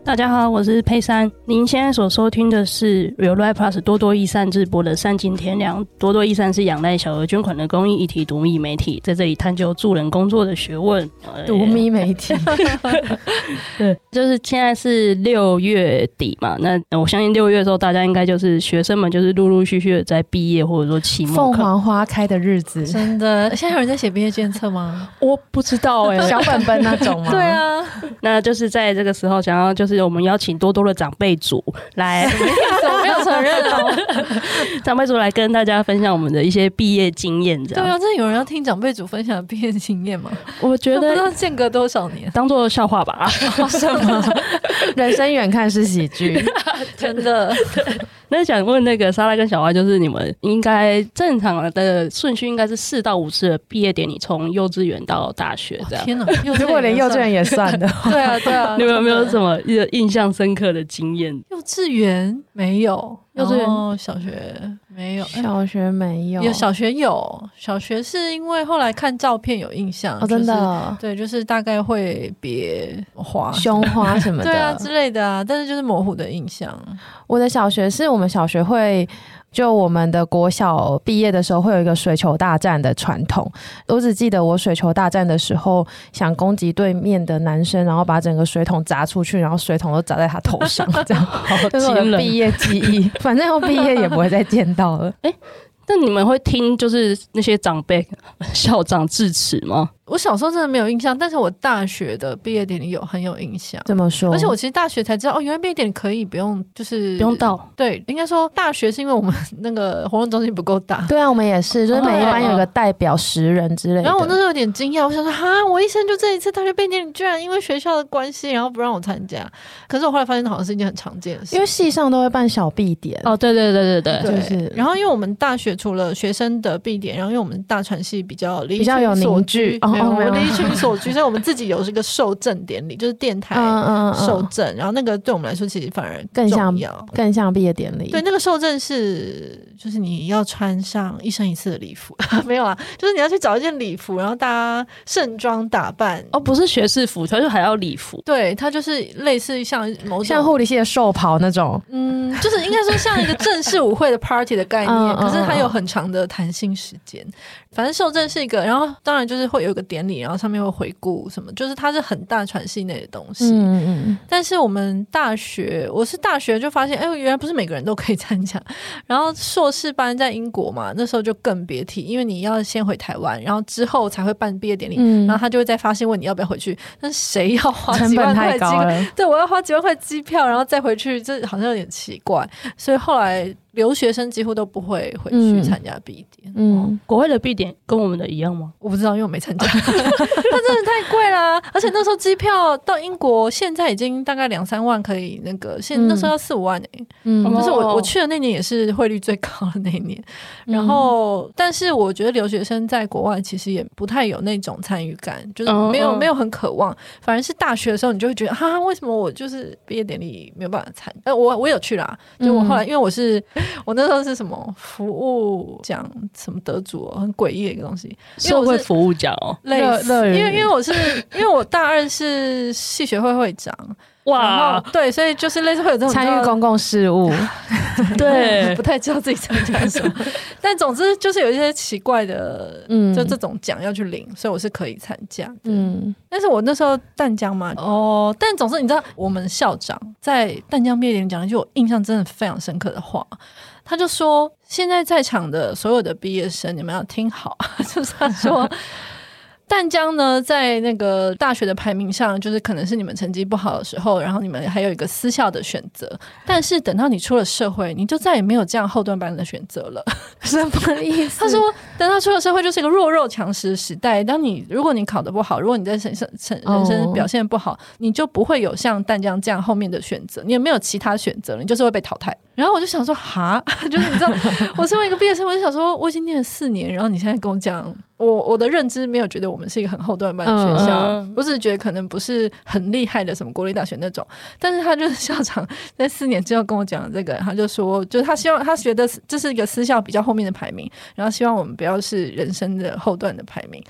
大家好，我是佩珊。您现在所收听的是 Real Life Plus 多多益善直播的善尽天良。多多益善是仰赖小额捐款的公益议题独立媒体，在这里探究助人工作的学问。 独立媒体对，就是现在是6月底嘛，那我相信6月的时候，大家应该就是学生们就是陆陆续续的在毕业或者说期末凤凰花开的日子。 真的，现在有人在写毕业监测吗？ 我不知道小本本那种吗？ 对啊， 那就是在这个时候想要就是我们邀请多多的长辈组来我没有承认哦。 长辈组来跟大家分享我们的一些毕业经验这样。 对啊，真的有人要听长辈组分享的毕业经验吗？ 我觉得不知道间隔多少年， 当做笑话吧。 什么？人生远看是喜剧。 真的。 那想问那个莎拉跟小花，就是你们应该正常的顺序应该是4到5次的毕业典礼，从幼稚园到大学这样。 天哪， 如果连幼稚园也算的话， 对啊对啊。 你们有没有什么印象深刻的经验？ 幼稚园没有， 幼稚园小学没有， 小学没有， 小学有，小学是因为后来看照片有印象哦，真的， 对，就是大概会别花、 胸花什么的， 对啊之类的啊，但是就是模糊的印象。 我的小学是我们小学会。就我们的国小毕业的时候会有一个水球大战的传统，我只记得我水球大战的时候想攻击对面的男生，然后把整个水桶砸出去，然后水桶都砸在他头上，这样这是我的毕业记忆。反正要毕业也不会再见到了。 那你们会听就是那些长辈校长致辞吗？ 我小时候真的没有印象，但是我大学的毕业典礼很有印象。 怎么说？ 而且我其实大学才知道，原来毕业典礼可以不用，就是不用到。 对，应该说大学是因为我们那个活动中心不够大。 对啊，我们也是，就是每一班有一个代表10人之类的。 然后我那时候有点惊讶，我想说哈，我一生就这一次大学毕业典礼，居然因为学校的关系，然后不让我参加。可是我后来发现，好像是一件很常见的事， 因为系上都会办小毕典。 哦，对对对对对， 就是。 然后因为我们大学除了学生的毕典，然后因为我们大传系比较有凝聚， 没有离群所居，所以我们自己有这个授证典礼，就是电台授证，然后那个对我们来说其实反而更像毕业典礼。 对，那个授证是就是你要穿上一生一次的礼服，没有啊，就是你要去找一件礼服，然后大家盛装打扮。 哦，不是学士服，它就还要礼服。 对，它就是类似像像护理系的寿袍那种， 就是应该说像一个正式舞会的 party 的概念，可是它有很长的弹性时间。反正授证是一个，然后当然就是会有一个典礼，然后上面会回顾什么，就是它是很大传系内的东西。但是我们我是大学就发现，原来不是每个人都可以参加。然后硕士班在英国嘛，那时候就更别提，因为你要先回台湾，然后之后才会办毕业典礼，然后他就会再发信问你要不要回去。但是谁要花几万块对，我要花几万块机票，然后再回去，这好像有点奇怪。所以后来留学生几乎都不会回去参加毕典。 国外的毕典跟我们的一样吗？ 我不知道，因为我没参加。它真的太贵啦，而且那时候机票到英国现在已经大概2-3万可以那个，那时候要4-5万就是我去的那年也是汇率最高的那一年。然后但是我觉得留学生在国外其实也不太有那种参与感，就是没有很渴望，反而是大学的时候你就会觉得为什么我就是毕业典礼没有办法参加。我有去啦，就我后来因为我那时候是什么服务奖什么得主很诡异的一个东西， 社会服务奖类似，因为我大2是系学会会长。哇，对，所以就是类似会有这种参与公共事务， 对，不太知道自己参加什么，但总之就是有一些奇怪的，就这种奖要去领，所以我是可以参加的。但是我那时候淡江嘛，但总之你知道，我们校长在淡江毕业典礼讲了一句我印象真的非常深刻的话，他就说：“现在在场的所有的毕业生，你们要听好，就是他说。”淡江呢，在那个大学的排名上，就是可能是你们成绩不好的时候，然后你们还有一个私校的选择。但是等到你出了社会，你就再也没有这样后段班的选择了。 什么意思？ 他说，等到出了社会，就是一个弱肉强食的时代。如果你考得不好，如果你在人生表现不好，你就不会有像淡江这样后面的选择，你也没有其他选择了，你就是会被淘汰。然后我就想说，就是你知道，我身为一个毕业生，我就想说，我已经念了4年，然后你现在跟我讲。我的认知没有觉得我们是一个很后段班的学校，我只是觉得可能不是很厉害的什么国立大学那种，但是他就是校长在4年之后跟我讲这个，他就说，就是他觉得这是一个私校比较后面的排名，然后希望我们不要是人生的后段的排名。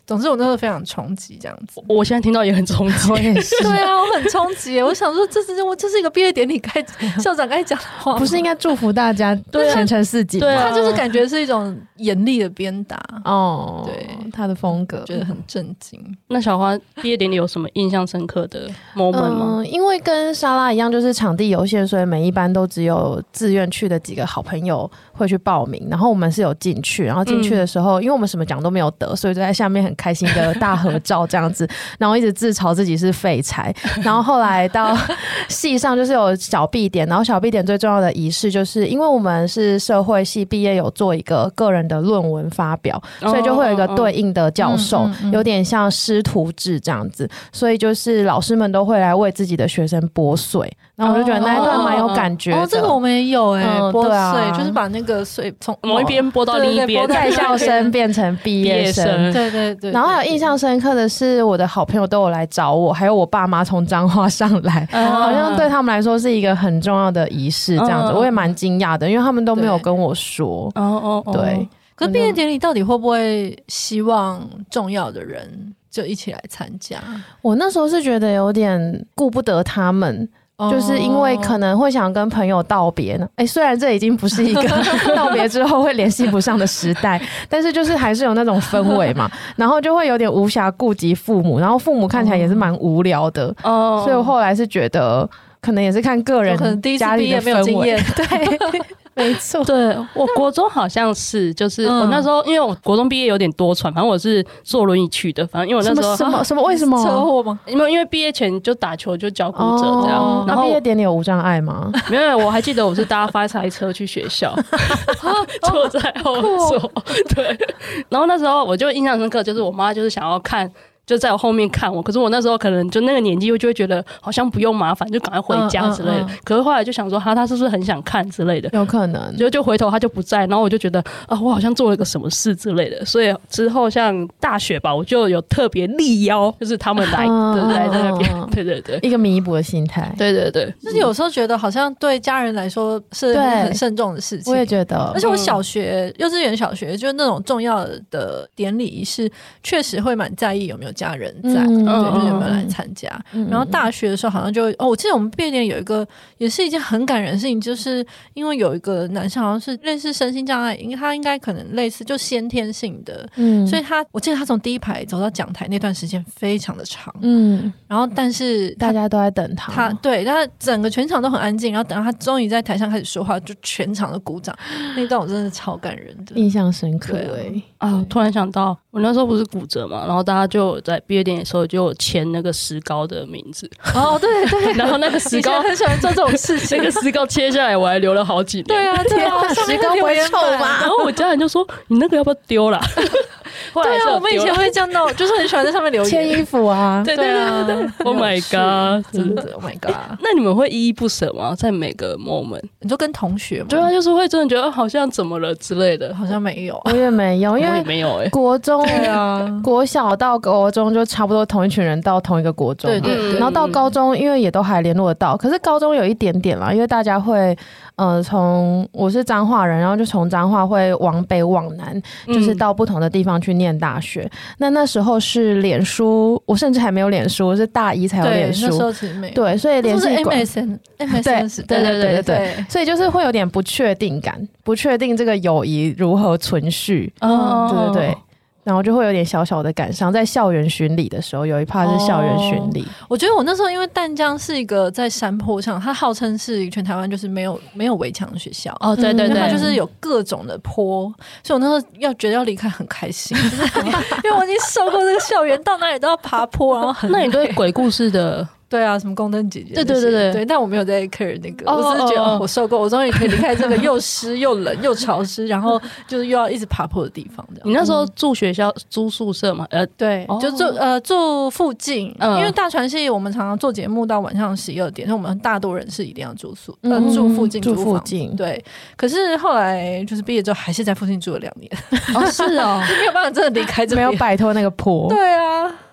总之我那时候非常冲击这样子。 我现在听到也很冲击。 我也是。 对啊，我很冲击。我想说这是一个毕业典礼该校长该讲的话， 不是应该祝福大家前程似锦吗？ 对啊， 他就是感觉是一种严厉的鞭打。 哦， 对， 他的风格觉得很震惊。 那小花毕业典礼有什么印象深刻的 moment 吗？ 因为跟莎拉一样，就是场地有限，所以每一班都只有自愿去的几个好朋友会去报名，然后我们是有进去，然后进去的时候，因为我们什么奖都没有得，所以就在下面很开心的大合照这样子，然后一直自嘲自己是废柴。然后后来到系上就是有小毕典，然后小毕典最重要的仪式就是因为我们是社会系毕业，有做一个个人的论文发表，所以就会有一个对应的教授，有点像师徒制这样子，所以就是老师们都会来为自己的学生拨穗，然后我就觉得那一段蛮有感觉的。 这个我们也有拨穗、 啊， 就是把那个穗从某一边拨到另一边， 在校生变成毕业生。 对对对。 然后还有印象深刻的是，我的好朋友都有来找我，还有我爸妈从彰化上来，好像对他们来说是一个很重要的仪式这样子，我也蛮惊讶的，因为他们都没有跟我说。对。 可是毕业典礼到底会不会希望重要的人就一起来参加？ 我那时候是觉得有点顾不得他们，就是因为可能会想跟朋友道别呢。虽然这已经不是一个道别之后会联系不上的时代，但是就是还是有那种氛围嘛，然后就会有点无暇顾及父母，然后父母看起来也是蛮无聊的，所以我后来是觉得可能也是看个人可能第一次家里的毕业没有经验， 对。没错， 对，我国中好像是，就是我那时候，因为我国中毕业有点多舛，反正我是坐轮椅去的，反正因为我那时候什么为什么车祸吗？ 因为毕业前就打球就脚骨折这样，然后毕业典礼有无障碍吗？ 没有，我还记得我是搭发财车去学校，坐在后座，对，然后那时候我就印象深刻，就是我妈就是想要看。就在我后面看我，可是我那时候可能就那个年纪就会觉得好像不用麻烦，就赶快回家之类的。可是后来就想说，他是不是很想看之类的？ 有可能。 就回头他就不在，然后我就觉得我好像做了个什么事之类的。所以之后像大学吧，我就有特别力邀，就是他们来在那边，对对对， 一个弥补的心态。 对对对， 就是有时候觉得好像对家人来说是很慎重的事情。 我也觉得， 而且我小学、幼稚园、小学就是那种重要的典礼仪式，确实会蛮在意有没有家人在。对，就是有没有来参加。然后大学的时候好像就我记得我们毕业典礼有一个也是一件很感人的事情，就是因为有一个男生好像是类似身心障碍，他应该可能类似就先天性的，所以我记得他从第一排走到讲台那段时间非常的长，然后但是大家都在等他， 对，他整个全场都很安静，然后等到他终于在台上开始说话，就全场的鼓掌，那段我真的超感人的， 印象深刻。 突然想到我那时候不是骨折嘛，然后大家就在毕业典礼的时候就有签那个石膏的名字。 对对， 然后那个石膏很喜欢做这种事情， 那个石膏切下来我还留了好几年。 对啊， 石膏不会臭吗？ 然后我家人就说你那个要不要丢啦？ 对啊，我们以前会这样弄，就是很喜欢在上面留言签衣服啊。 对对对对 ，Oh my god， 真的 Oh my god。 那你们会依依不舍吗？在每个 moment， 你说跟同学吗？ 对啊，就是会真的觉得好像怎么了之类的， 好像没有， 我也没有，因为我也没有国中国小到国中就差不多同一群人到同一个国中， 对， 然后到高中因为也都还联络得到，可是高中有一点点啦，因为大家会从我是彰化人，然后就从彰化会往北往南，就是到不同的地方去念大学。那时候是脸书，我甚至还没有脸书，是大一才有脸书。 那时候其实没有。 对，所以联系 MSN 对，所以就是会有点不确定感，不确定这个友谊如何存续。对。然后就会有点小小的感伤，在校园巡礼的时候，有一趴是校园巡礼。 我觉得我那时候因为淡江是一个在山坡上，它号称是全台湾就是没有围墙的学校。 对对对， 它就是有各种的坡，所以我那时候觉得要离开很开心，因为我已经受过这个校园，到哪里都要爬坡，然后那你对鬼故事的？ 对啊，什么宫灯姐姐， 对， 但我没有在 care 那个，我只是觉得我受够，我终于可以离开这个又湿又冷又潮湿，然后就是又要一直爬坡的地方。 你那时候住学校租宿舍吗？ 对，就住附近，因为大传系我们常常做节目到晚上12点，所以我们大多人是一定要住住附近， 住附近。 对，可是后来就是毕业之后还是在附近住了2年。 是哦， 没有办法真的离开这边， 没有摆脱那个坡。 对啊。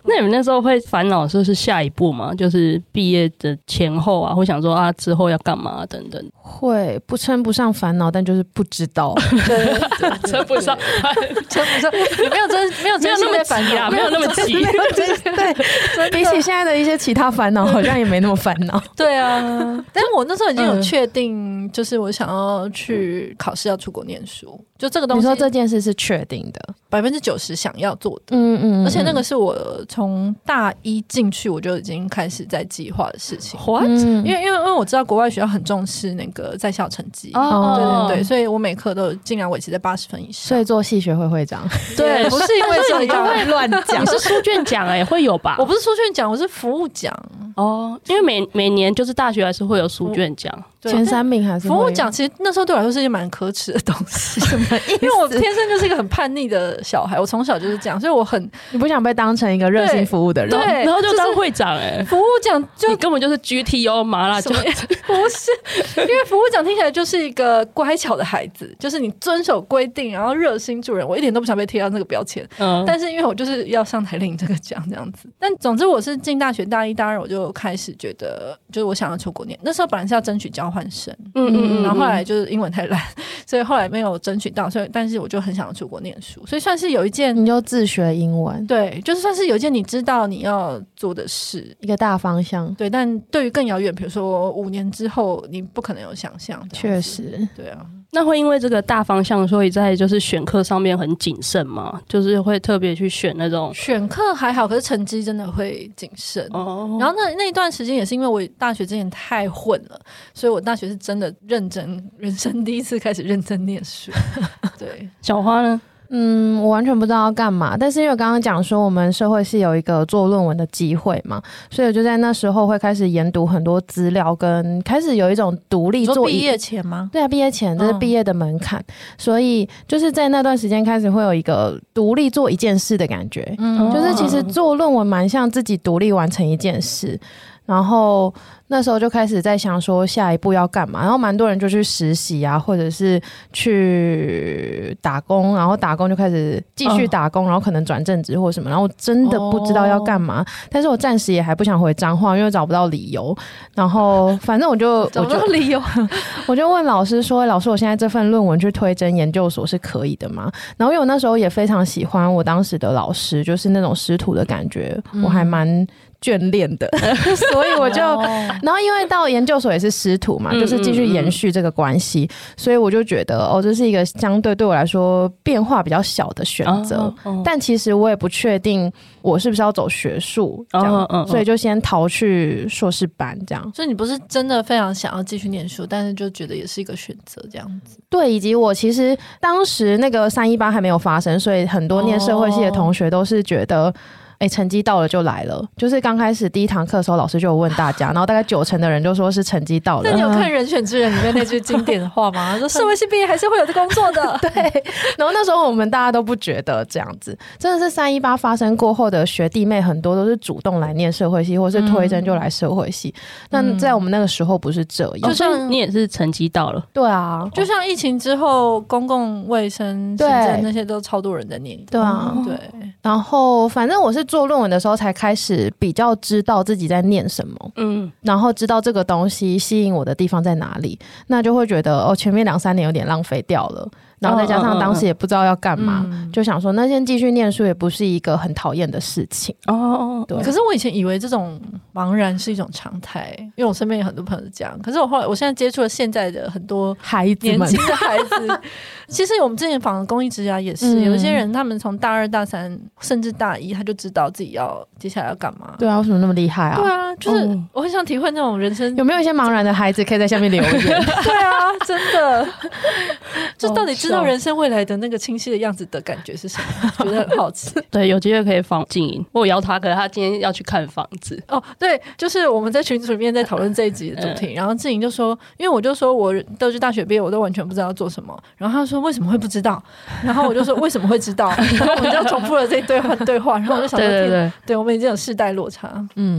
那你们那时候会烦恼是下一步吗？就是毕业的前后啊，会想说啊之后要干嘛等等。 会不称不上烦恼，但就是不知道。 对， 称不上， 称不上，也没有真心的烦恼， 没有那么急。 对，比起现在的一些其他烦恼，好像也没那么烦恼。 对啊，但是我那时候已经有确定，就是我想要去考试，要出国念书。就这个东西， 你说这件事是确定的 ，90%想要做的。而且那个是我从大一进去我就已经开始在计划的事情。 What？ 因为我知道国外学校很重视那个在校成绩，对，所以我每科都尽量维持在80分以上。 所以做系学会会长， 对，不是因为这样会乱讲。 你是书卷奖会有吧？ 我不是书卷奖，我是服务奖。 因为每年就是大学还是会有书卷奖。 前3名还是服务奖，其实那时候对我来说是一件蛮可耻的东西。因为我天生就是一个很叛逆的小孩，我从小就是这样，所以你不想被当成一个热心服务的人， 对， 然后就当会长服务奖就你根本就是 GTO 麻辣， 不是，因为服务奖听起来就是一个乖巧的孩子，就是你遵守规定，然后热心助人，我一点都不想被贴到那个标签。但是因为我就是要上台领这个奖这样子，但总之我是进大学大一大二我就开始觉得，就是我想要出国念，那时候本来是要争取交换生，然后后来就是英文太烂，所以后来没有争取到，但是我就很想要出国念书，所以算是有一件你就自学英文， 对，就是算是有一件你知道你要做的事， 一个大方向， 对，但对于更遥远，比如说5年之后，你不可能有想象， 确实， 对啊。 那会因为这个大方向，所以在就是选课上面很谨慎吗？就是会特别去选那种选课还好，可是成绩真的会谨慎。然后那一段时间也是因为我大学之前太混了，所以我大学是真的认真，人生第一次开始认真念书。对， 小花呢？ 我完全不知道要干嘛，但是因为刚刚讲说我们社会系有一个做论文的机会嘛，所以我就在那时候会开始研读很多资料，跟开始有一种独立做毕业前吗？ 对啊，毕业前这是毕业的门槛，所以就是在那段时间开始会有一个独立做一件事的感觉，就是其实做论文蛮像自己独立完成一件事。然后那时候就开始在想说下一步要干嘛，然后蛮多人就去实习啊，或者是去打工，然后打工就开始继续打工，然后可能转正职或什么，然后真的不知道要干嘛，但是我暂时也还不想回彰化，因为找不到理由，然后反正我就找不到理由， 我就问老师说，老师我现在这份论文去推甄研究所是可以的吗？然后因为我那时候也非常喜欢我当时的老师，就是那种师徒的感觉，我还蛮眷恋的所以我就然后因为到研究所也是师徒嘛，就是继续延续这个关系，所以我就觉得这是一个相对对我来说变化比较小的选择，但其实我也不确定我是不是要走学术这样，所以就先逃去硕士班这样。 所以你不是真的非常想要继续念书，但是就觉得也是一个选择这样子。 对，以及我其实当时那个318还没有发生，所以很多念社会系的同学都是觉得成绩到了就来了，就是刚开始第一堂课的时候老师就有问大家，然后大概90%的人就说是成绩到了。 那你有看《人选之人》里面那句经典的话吗？说社会系毕业还是会有的工作的对，然后那时候我们大家都不觉得这样子，真的是318发生过后的学弟妹很多都是主动来念社会系，或是推甄就来社会系，但在我们那个时候不是这样， 就像你也是成绩到了。 对啊， 就像疫情之后公共卫生行政那些都超多人在念。 对啊， 对。 然后反正我是做论文的时候才开始比较知道自己在念什么，然后知道这个东西吸引我的地方在哪里，那就会觉得前面2-3年有点浪费掉了，然后再加上当时也不知道要干嘛，就想说那先继续念书也不是一个很讨厌的事情。对。 可是我以前以为这种茫然是一种常态，因为我身边有很多朋友是这样，可是我现在接触了现在的很多孩子们年轻的孩子其实我们之前访的公益职涯也是，有一些人他们从大2、大3甚至大1他就知道自己要接下来要干嘛。 对啊，为什么那么厉害啊？ 对啊，就是我很想体会那种人生。 有没有一些茫然的孩子可以在下面留言对啊，真的就到底知道人生未来的那个清晰的样子的感觉是什么觉得很好奇对，有机会可以访静莹，我有邀他，可是他今天要去看房子。 对，就是我们在群组里面在讨论这一集的主题然后静莹就说，因为我就说我都是大学毕业我都完全不知道要做什么，然后他说为什么会不知道，然后我就说为什么会知道然后我们就重复了这一对话，然后我就想说对，我们已经有世代落差。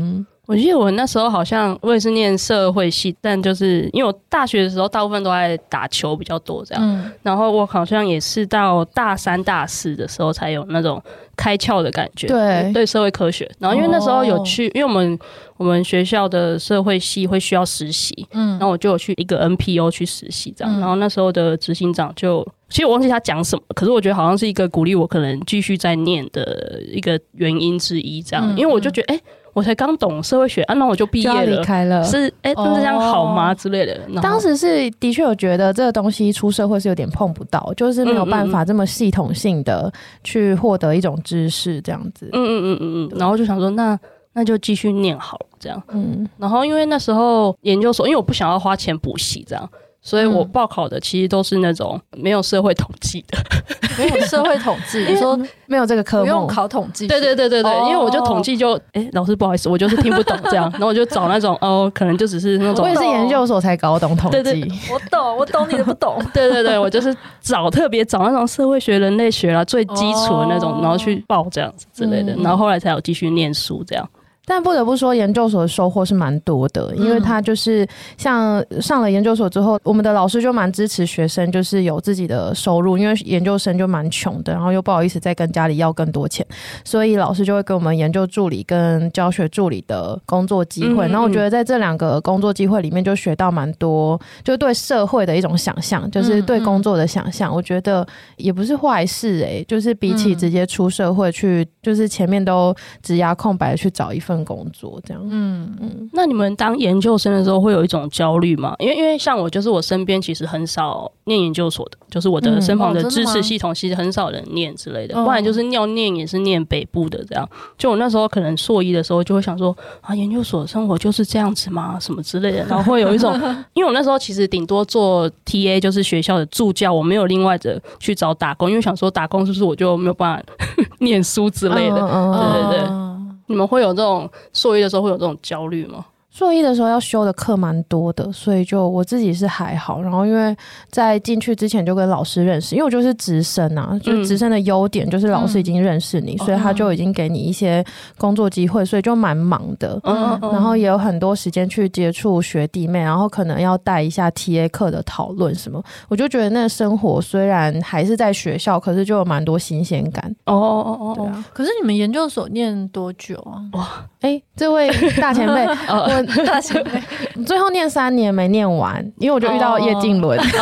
我记得我那时候好像我也是念社会系，但就是因为我大学的时候大部分都在打球比较多这样，然后我好像也是到大3大4的时候才有那种开窍的感觉，对社会科学。然后因为那时候有去，因为我们学校的社会系会需要实习，然后我就有去一个 NPO 去实习这样，然后那时候的执行长其实我忘记他讲什么，可是我觉得好像是一个鼓励我可能继续再念的一个原因之一这样，因为我就觉得我才刚懂社会学啊，那我就毕业了， 就要离开了， 是那这样好吗之类的。 当时是的确有觉得这个东西出社会是有点碰不到，就是没有办法这么系统性的去获得一种知识这样子。 然后就想说那就继续念好了这样。然后因为那时候研究所，因为我不想要花钱补习这样。所以我报考的其实都是那种没有社会统计的， 没有社会统计，你说没有这个科目， 不用考统计， 对，因为我就统计就，老师不好意思，我就是听不懂这样，然后我就找那种可能就只是那种， 我也是研究所才搞懂统计， 对， 我懂你的不懂， 对，我就是特别找那种社会学、人类学啦最基础的那种，然后去报这样子之类的，然后后来才有继续念书这样。 但不得不说，研究所的收获是蛮多的，因为他就是像上了研究所之后，我们的老师就蛮支持学生，就是有自己的收入，因为研究生就蛮穷的，然后又不好意思再跟家里要更多钱，所以老师就会给我们研究助理跟教学助理的工作机会。然后我觉得在这2个工作机会里面，就学到蛮多，就对社会的一种想象，就是对工作的想象，我觉得也不是坏事就是比起直接出社会去，就是前面都职涯空白去找一份工作这样。 那你们当研究生的时候会有一种焦虑吗？因为像我，就是我身边其实很少念研究所的，就是我的身旁的知识系统其实很少人念之类的，不然就是要念也是念北部的这样。就我那时候可能硕一的时候就会想说研究所生活就是这样子吗？什么之类的，然后会有一种，因为我那时候其实顶多做 TA 就是学校的助教，我没有另外的去找打工，因为想说打工是不是我就没有办法念书之类的，对。你们会有这种硕一的时候会有这种焦虑吗？ 硕一的时候要修的课蛮多的，所以就我自己是还好。然后因为在进去之前就跟老师认识，因为我就是直升啊，就是直升的优点就是老师已经认识你，所以他就已经给你一些工作机会，所以就蛮忙的。然后也有很多时间去接触学弟妹，然后可能要带一下 TA 课的讨论什么。我就觉得那个生活虽然还是在学校，可是就有蛮多新鲜感。 对啊。可是你们研究所念多久啊？ 哇，这位大前辈， 大前辈最后念3年没念完，因为我就遇到叶静伦。 是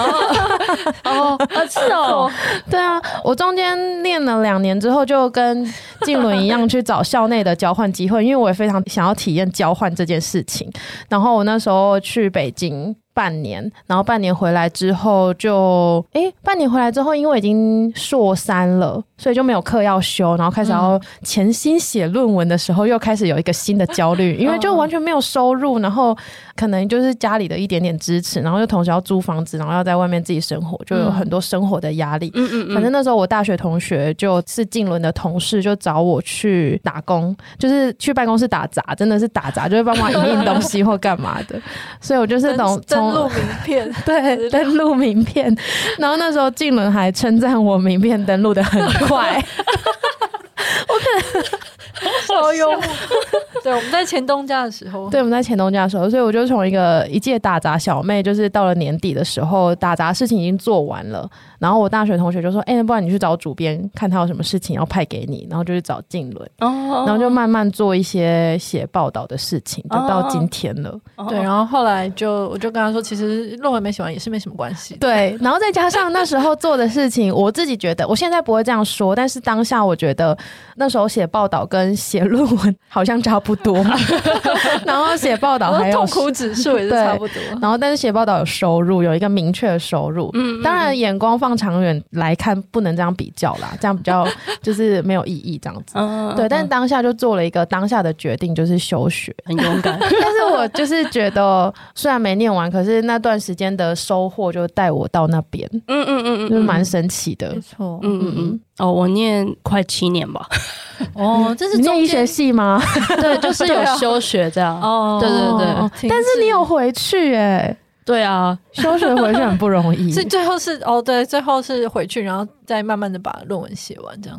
哦， 对啊，我中间念了2年之后，就跟静伦一样去找校内的交换机会，因为我也非常想要体验交换这件事情。然后我那时候去北京半年，然后半年回来之后因为已经硕3了，所以就没有课要修，然后开始要潜心写论文的时候，又开始有一个新的焦虑，因为就完全没有收入，然后可能就是家里的一点点支持，然后又同时要租房子，然后要在外面自己生活，就有很多生活的压力。反正那时候我大学同学就是静伦的同事，就找我去打工，就是去办公室打杂，真的是打杂，就会帮忙影印东西或干嘛的。所以我就是登录名片， 对，登录名片。然后那时候静伦还称赞我名片登录的很快。我可能好幽默。对，我们在前东家的时候， 所以我就从一届打杂小妹，就是到了年底的时候，打杂事情已经做完了，然后我大学同学就说不然你去找主编看他有什么事情要派给你，然后就去找静伦，然后就慢慢做一些写报道的事情，就到今天了。 对，然后后来我就跟他说，其实论文没写完也是没什么关系。 对，然后再加上那时候做的事情，我自己觉得我现在不会这样说，但是当下我觉得那时候写报道跟写论文好像差不多。然后写报道还有痛苦指数也是差不多。 然后但是写报道有收入，有一个明确的收入。当然眼光放长远来看，不能这样比较啦，这样比较就是没有意义这样子。对，但是当下就做了一个当下的决定，就是休学， 很勇敢。 但是我就是觉得虽然没念完，可是那段时间的收获就带我到那边。就是蛮神奇的。 没错。 我念快7年吧。 这是你念医学系吗？ 对，就是有休学这样。对。 但是你有回去对啊， 休学回去很不容易。 所以最后是对，最后是回去，然后再慢慢的把论文写完这样子。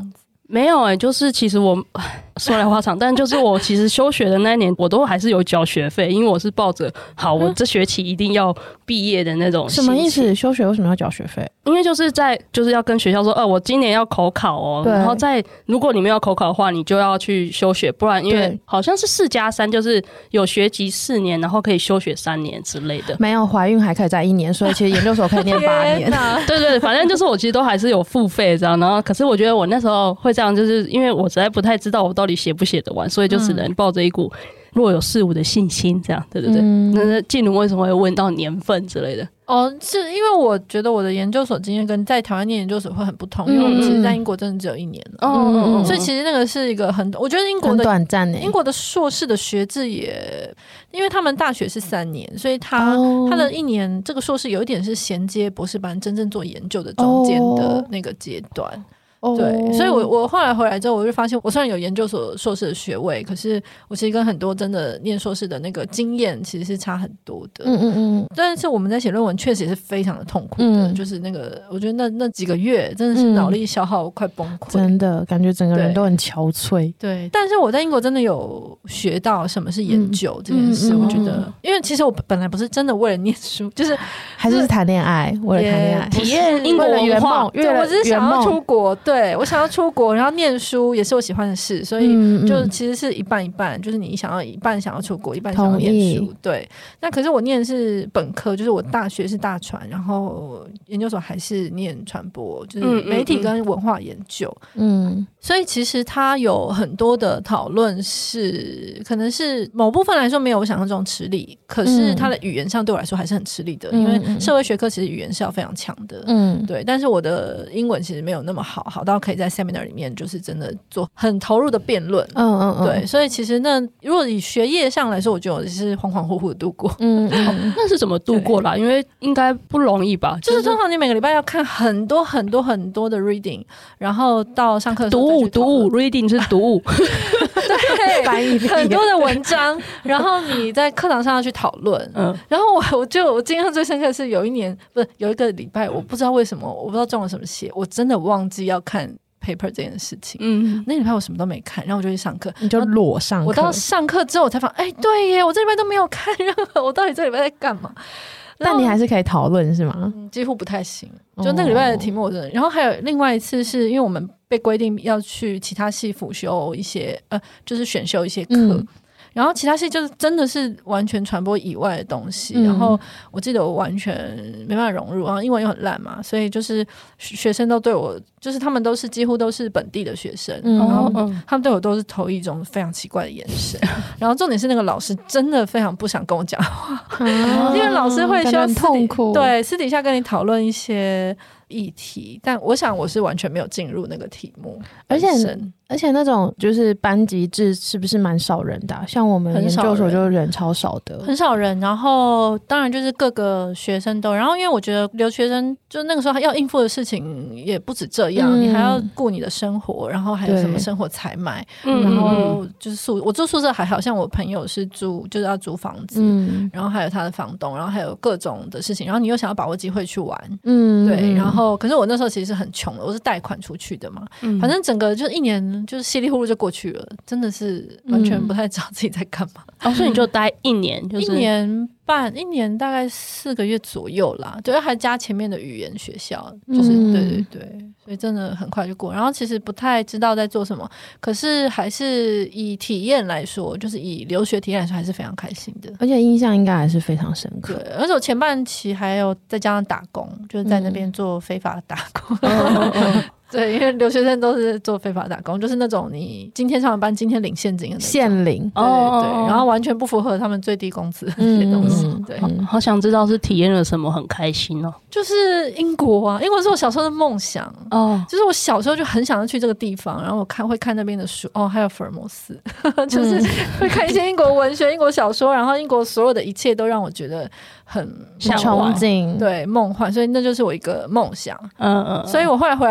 没有就是其实我说来话长，但就是我其实休学的那一年，我都还是有缴学费，因为我是抱着好，我这学期一定要毕业的那种心情。 什么意思？休学为什么要缴学费？ 因为就是要跟学校说，我今年要口考哦，然后如果你们要口考的话，你就要去休学，不然因为好像是4+3，就是有学籍4年，然后可以休学3年之类的。 没有怀孕还可以再1年，所以其实研究所可以念8年。 对对，反正就是我其实都还是有付费这样，然后可是我觉得我那时候会这样，就是因为我实在不太知道我到底写不写得完，所以就只能抱着一股若有似无的信心这样。对对对，那静茹为什么会问到年份之类的？ 是因为我觉得我的研究所经验跟在台湾念研究所会很不同，因为我们其实在英国真的只有1年了，所以其实那个是一个我觉得英国的很短暂英国的硕士的学制也，因为他们大学是3年，所以他的1年这个硕士有一点是衔接博士班真正做研究的中间的那个阶段。对，所以我后来回来之后，我就发现我虽然有研究所硕士的学位，可是我其实跟很多真的念硕士的那个经验其实是差很多的。但是我们在写论文确实也是非常的痛苦的，就是那个我觉得那几个月真的是脑力消耗快崩溃， 真的感觉整个人都很憔悴。 对，但是我在英国真的有学到什么是研究这件事，我觉得，因为其实我本来不是真的为了念书，就是还是谈恋爱，为了谈恋爱体验英国文化， 对，我只是想要出国。对，我想要出国，然后念书也是我喜欢的事，所以就其实是一半一半，就是你想要一半想要出国，一半想要念书。对，那可是我念的是本科，就是我大学是大传，然后研究所还是念传播，就是媒体跟文化研究。所以其实它有很多的讨论是可能是某部分来说没有我想象中吃力，可是它的语言上对我来说还是很吃力的，因为社会学科其实语言是要非常强的。对，但是我的英文其实没有那么好到可以在 seminar 里面就是真的做很投入的辩论。对，所以其实如果以学业上来说，我觉得我是恍恍惚惚的度过。 那是怎么度过啦？因为应该不容易吧？ 就是通常你每个礼拜要看很多很多很多的 reading， 然后到上课的时候读物 reading 是读物， 对，很多的文章，然后你在课堂上要去讨论。然后我印象最深刻的是有一个礼拜，我不知道为什么，我不知道中了什么邪，我真的忘记要看 paper 这件事情。那礼拜我什么都没看，然后我就去上课， 你就裸上课。 我到上课之后我才发现，对耶，我这礼拜都没有看任何，我到底这礼拜在干嘛？ 但你还是可以讨论是吗？ 几乎不太行，就那个礼拜的题目我真的。然后还有另外一次是因为我们被规定要去其他系辅修一些就是选修一些课。然后其他系就是真的是完全传播以外的东西，然后我记得我完全没办法融入，然后英文又很烂嘛，所以就是学生都对我，就是他们几乎都是本地的学生，然后他们对我都是投一种非常奇怪的眼神。然后重点是那个老师真的非常不想跟我讲话，因为老师会需要私底下跟你讨论一些议题，但我想我是完全没有进入那个题目， 而且那种就是班级制是不是蛮少人的像我们研究所就人超少的， 很少人。然后当然就是各个学生都，然后因为我觉得留学生就那个时候要应付的事情也不止这样，你还要顾你的生活，然后还有什么生活采买，然后就是我住宿舍还好像我朋友是就是要租房子，然后还有他的房东，然后还有各种的事情，然后你又想要把握机会去玩，对，然后可是我那时候其实是很穷的，我是贷款出去的嘛，反正整个就1年就是稀里糊涂就过去了，真的是完全不太知道自己在干嘛。 所以你就待1年，就是 1年半，1年大概4个月左右啦，对，还加前面的语言学校，就是对，所以真的很快就过。然后其实不太知道在做什么，可是还是以体验来说，就是以留学体验来说，还是非常开心的， 而且印象应该还是非常深刻。 对，而且我前半期还有再加上打工，就是在那边做非法打工。对，因为留学生都是做非法打工，就是那种你今天上完班，今天领现金的那种， 现领， 对，然后完全不符合他们最低工资的那些东西。对， 好想知道是体验了什么，很开心哦。 就是英国啊，英国是我小时候的梦想就是我小时候就很想要去这个地方，然后我会看那边的书还有福尔摩斯，就是会看一些英国文学、英国小说，然后英国所有的一切都让我觉得很憧憬， 对，梦幻，所以那就是我一个梦想。所以我后来回来的时候，常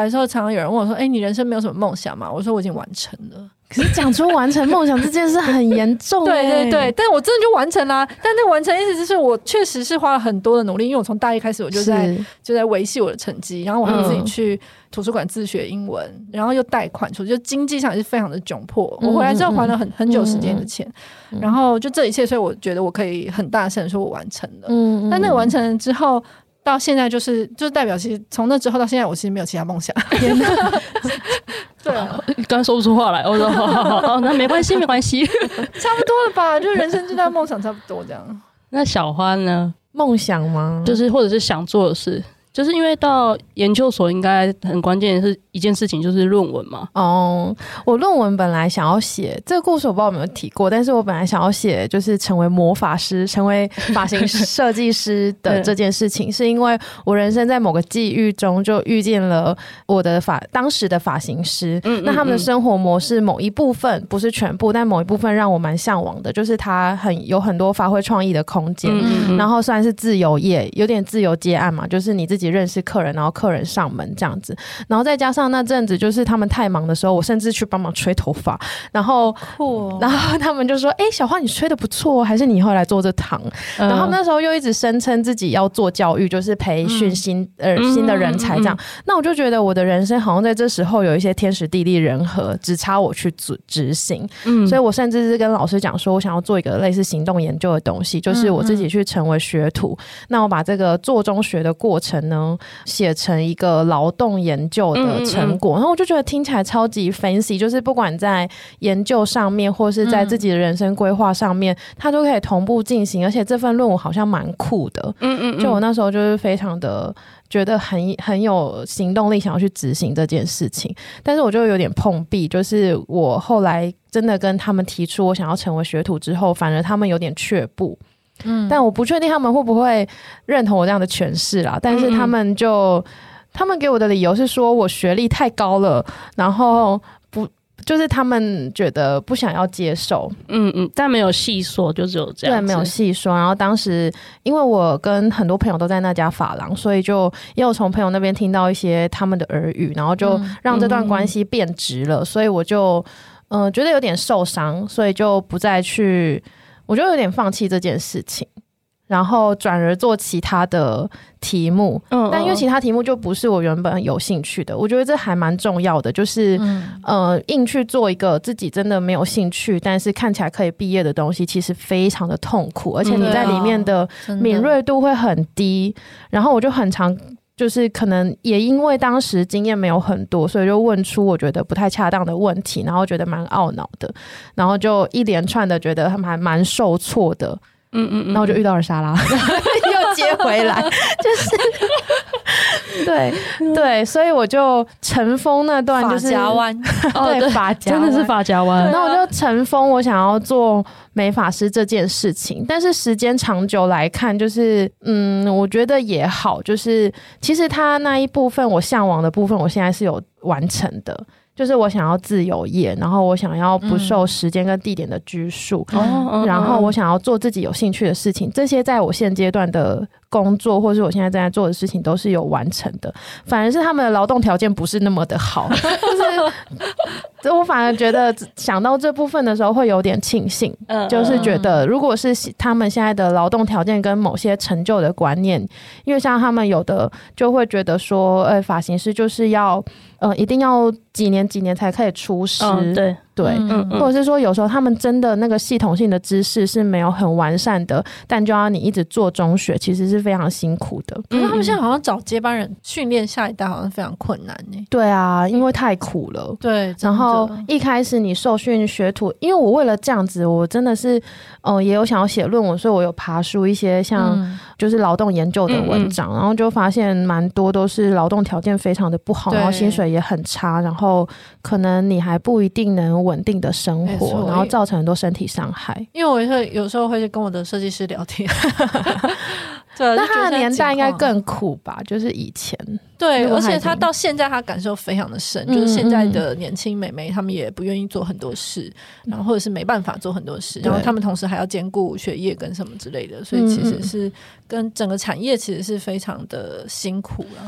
常有人问我说你人生没有什么梦想吗？我说我已经完成了。 可是讲出完成梦想这件事很严重对对对，但我真的就完成啦。但那完成意思就是我确实是花了很多的努力，因为我从大一开始我就在维系我的成绩，然后我还自己去图书馆自学英文，然后又贷款出去，就经济上也是非常的窘迫。我回来之后还了很久时间的钱，然后就这一切，所以我觉得我可以很大声说我完成了。但那个完成了之后，到现在就是代表，其实从那之后到现在，我其实没有其他梦想。天哪！对啊， 刚说不出话来。我说好，那没关系，没关系， 差不多了吧？就人生最大梦想差不多这样。 那小花呢？ 梦想吗？ 就是或者是想做的事。就是因为到研究所应该很关键的是一件事情，就是论文嘛。 我论文本来想要写这个故事，我不知道有没有提过，但是我本来想要写就是成为魔法师，成为发型设计师的这件事情，是因为我人生在某个际遇中就遇见了我的当时的发型师，那他们的生活模式某一部分不是全部，但某一部分让我蛮向往的，就是他有很多发挥创意的空间，然后算是自由业，有点自由接案嘛，就是你自己认识客人，然后客人上门这样子，然后再加上那阵子就是他们太忙的时候，我甚至去帮忙吹头发，然后他们就说小花你吹得不错，还是你以后来做这行，然后他们那时候又一直声称自己要做教育，就是培训新的人才这样，那我就觉得我的人生好像在这时候有一些天时地利人和，只差我去执行，所以我甚至是跟老师讲说我想要做一个类似行动研究的东西，就是我自己去成为学徒，那我把这个做中学的过程呢写成一个劳动研究的成果，然后我就觉得听起来超级 fancy， 就是不管在研究上面或是在自己的人生规划上面，它都可以同步进行，而且这份论文好像蛮酷的，就我那时候就是非常的觉得很有行动力，想要去执行这件事情，但是我就有点碰壁，就是我后来真的跟他们提出我想要成为学徒之后，反而他们有点却步，但我不确定他们会不会认同我这样的诠释啦，但是他们给我的理由是说我学历太高了，然后就是他们觉得不想要接受， 但没有细说，就只有这样子， 对，没有细说。然后当时因为我跟很多朋友都在那家发廊，所以就也有从朋友那边听到一些他们的耳语，然后就让这段关系变质了，所以我就觉得有点受伤，所以就不再去，我就有点放弃这件事情，然后转而做其他的题目，但因为其他题目就不是我原本有兴趣的，我觉得这还蛮重要的，就是硬去做一个自己真的没有兴趣但是看起来可以毕业的东西，其实非常的痛苦，而且你在里面的敏锐度会很低，然后我就很常就是可能也因为当时经验没有很多，所以就问出我觉得不太恰当的问题，然后觉得蛮懊恼的，然后就一连串的觉得他们还蛮受挫的，然后我就遇到了莎拉又接回来就是对，所以我就尘封那段就是发夹弯对，发夹弯真的是发夹弯， 那我就尘封我想要做美发师这件事情，但是时间长久来看，就是我觉得也好，就是其实他那一部分我向往的部分，我现在是有完成的，就是我想要自由业，然后我想要不受时间跟地点的拘束，然后我想要做自己有兴趣的事情，这些在我现阶段的工作或是我现在正在做的事情都是有完成的，反而是他们的劳动条件不是那么的好就是我反而觉得想到这部分的时候会有点庆幸，就是觉得如果是他们现在的劳动条件跟某些成就的观念，因为像他们有的就会觉得说发型师就是要一定要几年才可以出师，对，或者是说有时候他们真的那个系统性的知识是没有很完善的，但就要你一直做中学，其实是非常辛苦的。 可是他们现在好像找接班人训练下一代好像非常困难耶。 对啊，因为太苦了。 对， 然后一开始你受训学徒，因为我为了这样子，我真的是也有想要写论文，所以我有爬书一些像就是劳动研究的文章，然后就发现蛮多都是劳动条件非常的不好，然后薪水也很差，然后可能你还不一定能稳定的生活，然后造成很多身体伤害。 因为我会有时候会跟我的设计师聊天对， 那他的年代应该更苦吧，就是以前。 对，而且他到现在他感受非常的深，就是现在的年轻美眉他们也不愿意做很多事，然后或者是没办法做很多事，然后他们同时还要兼顾学业跟什么之类的，所以其实是跟整个产业其实是非常的辛苦了。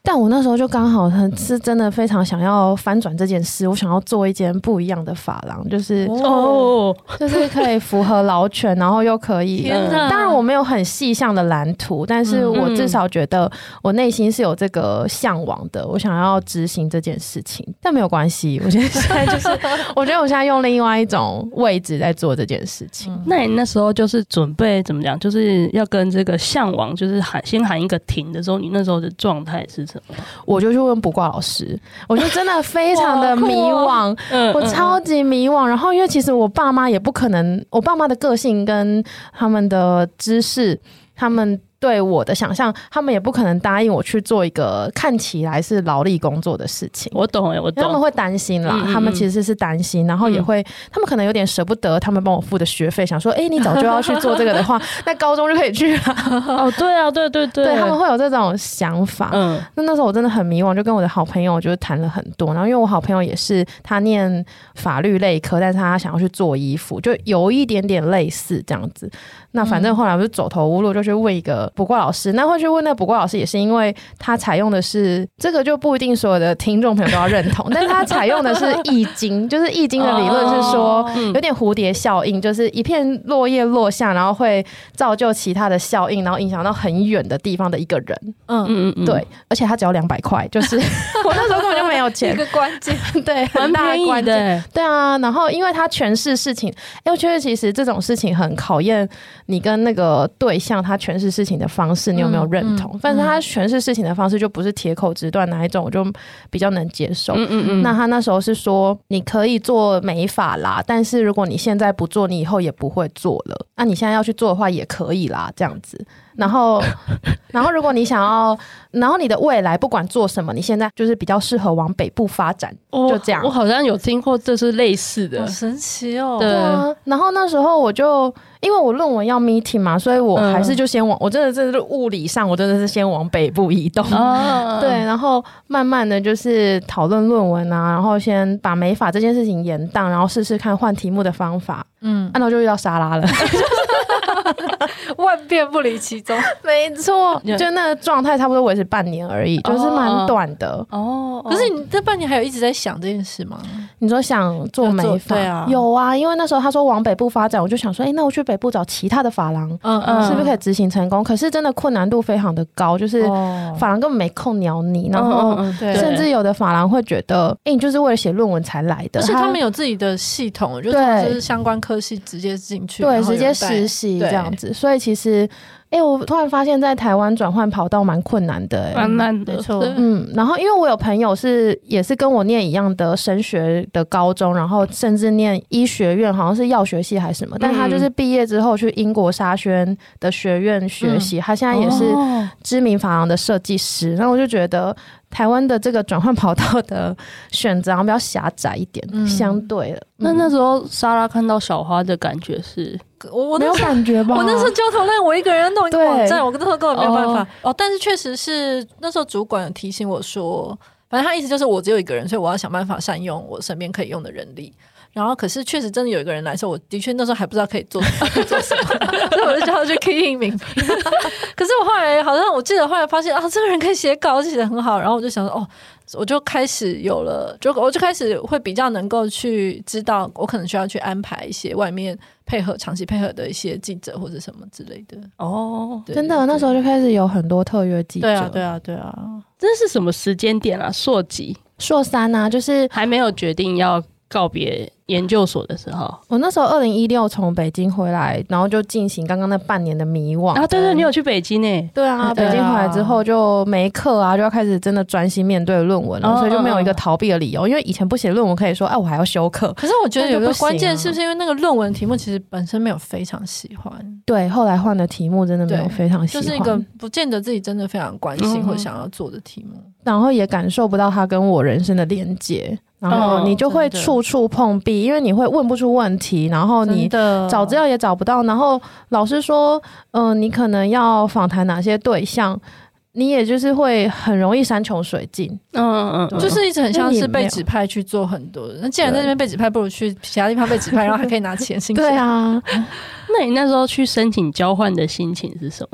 但我那时候就刚好是真的非常想要翻转这件事，我想要做一间不一样的发廊，就是就是可以符合劳权，然后又可以当然我没有很细项的蓝图，但是我至少觉得我内心是有这个向往的，我想要执行这件事情。但没有关系，我觉得现在就是我觉得我现在用另外一种位置在做这件事情。 那你那时候就是准备怎么讲，就是要跟这个向往就是先喊一个停的时候，你那时候的状态是什么？ 我就去问卜卦老师，我就真的非常的迷惘我超级迷惘。然后因为其实我爸妈也不可能，我爸妈的个性跟他们的知识，他们对我的想象，他们也不可能答应我去做一个看起来是劳力工作的事情。 我懂我懂， 他们会担心啦，他们其实是担心，然后也会，他们可能有点舍不得他们帮我付的学费，想说，你早就要去做这个的话，那高中就可以去了。 对啊，对， 他们会有这种想法。那时候我真的很迷惘，就跟我的好朋友就谈了很多，然后因为我好朋友也是他念法律类科，但是他想要去做衣服，就有一点点类似这样子。那反正后来我就走投无路，就去问一个卜卦老师。那会去问那卜卦老师，也是因为他采用的是这个，就不一定所有的听众朋友都要认同，但是他采用的是易经，就是易经的理论是说，有点蝴蝶效应，就是一片落叶落下，然后会造就其他的效应，然后影响到很远的地方的一个人。对，而且他只要200块，就是我那时候根本就没有钱， 一个关键， 对，很大的关键，对啊。然后因为他诠释事情，我觉得其实这种事情很考验你跟那个对象他诠释事情的方式，你有没有认同？但是他诠释事情的方式就不是铁口直断哪一种，我就比较能接受。那他那时候是说，你可以做美发啦，但是如果你现在不做，你以后也不会做了。那你现在要去做的话，也可以啦，这样子。然后如果你想要，然后你的未来不管做什么，你现在就是比较适合往北部发展，就这样。 我好像有听过这是类似的， 好神奇哦。 对啊，然后那时候我就因为我论文要 meeting 嘛，所以我还是就先往，我真的是物理上我真的是先往北部移动。对，然后慢慢的就是讨论论文啊，然后先把美发这件事情延宕，然后试试看换题目的方法。然后就遇到莎拉了。 万变不离其宗， 没错，就那个状态差不多维持半年而已，就是蛮短的。 可是你这半年还有一直在想这件事吗？ 你说想做美发？ 对啊， 有啊，因为那时候他说往北部发展，我就想说，那我去北部找其他的发廊，是不是可以执行成功？可是真的困难度非常的高，就是发廊根本没空鸟你，然后甚至有的发廊会觉得，你就是为了写论文才来的， 而且他们有自己的系统，就是相关科系直接进去， 对，直接实习这样子。所以其实我突然发现在台湾转换跑道蛮困难的， 蛮难的， 没错。 然后因为我有朋友也是跟我念一样的升学的高中，然后甚至念医学院，好像是药学系还是什么，但他就是毕业之后去英国沙宣的学院学习，他现在也是知名发廊的设计师。然后我就觉得台湾的这个转换跑道的选择好像比较狭窄一点，相对了。 那时候莎拉看到小花的感觉是， 我没有感觉吧？ 我那时候焦头烂额，我一个人弄一个网站，我那时候根本没有办法。但是确实是那时候主管有提醒我说，反正他意思就是我只有一个人，所以我要想办法善用我身边可以用的人力。然后可是确实真的有一个人来说，我的确那时候还不知道可以做什么，所以我就叫他去 key in 名片。可是我后来好像我记得后来发现这个人可以写稿，写得很好，然后我就想说我就开始有了，我就开始会比较能够去知道，我可能需要去安排一些外面长期配合的一些记者或者什么之类的。 真的那时候就开始有很多特约记者。 对啊。 这是什么时间点啊？硕几？ 硕3啊，就是还没有决定要告别研究所的时候。 我那时候2016从北京回来，然后就进行刚刚那半年的迷惘。 对，你有去北京耶？ 对啊，北京回来之后就没课啊，就要开始真的专心面对论文了，所以就没有一个逃避的理由。因为以前不写论文可以说我还要修课， 可是我觉得有个关键是不是因为那个论文题目其实本身没有非常喜欢？ 对，后来换的题目真的没有非常喜欢， 就是一个不见得自己真的非常关心或想要做的题目， 然后也感受不到它跟我人生的连结。然后你就会处处碰壁，因为你会问不出问题，然后你找资料也找不到，然后老师说你可能要访谈哪些对象，你也就是会很容易山穷水尽。 就是一直很像是被指派去做很多的。那既然在这边被指派，不如去其他地方被指派，然后还可以拿钱薪水。 对啊。 那你那时候去申请交换的心情是什么？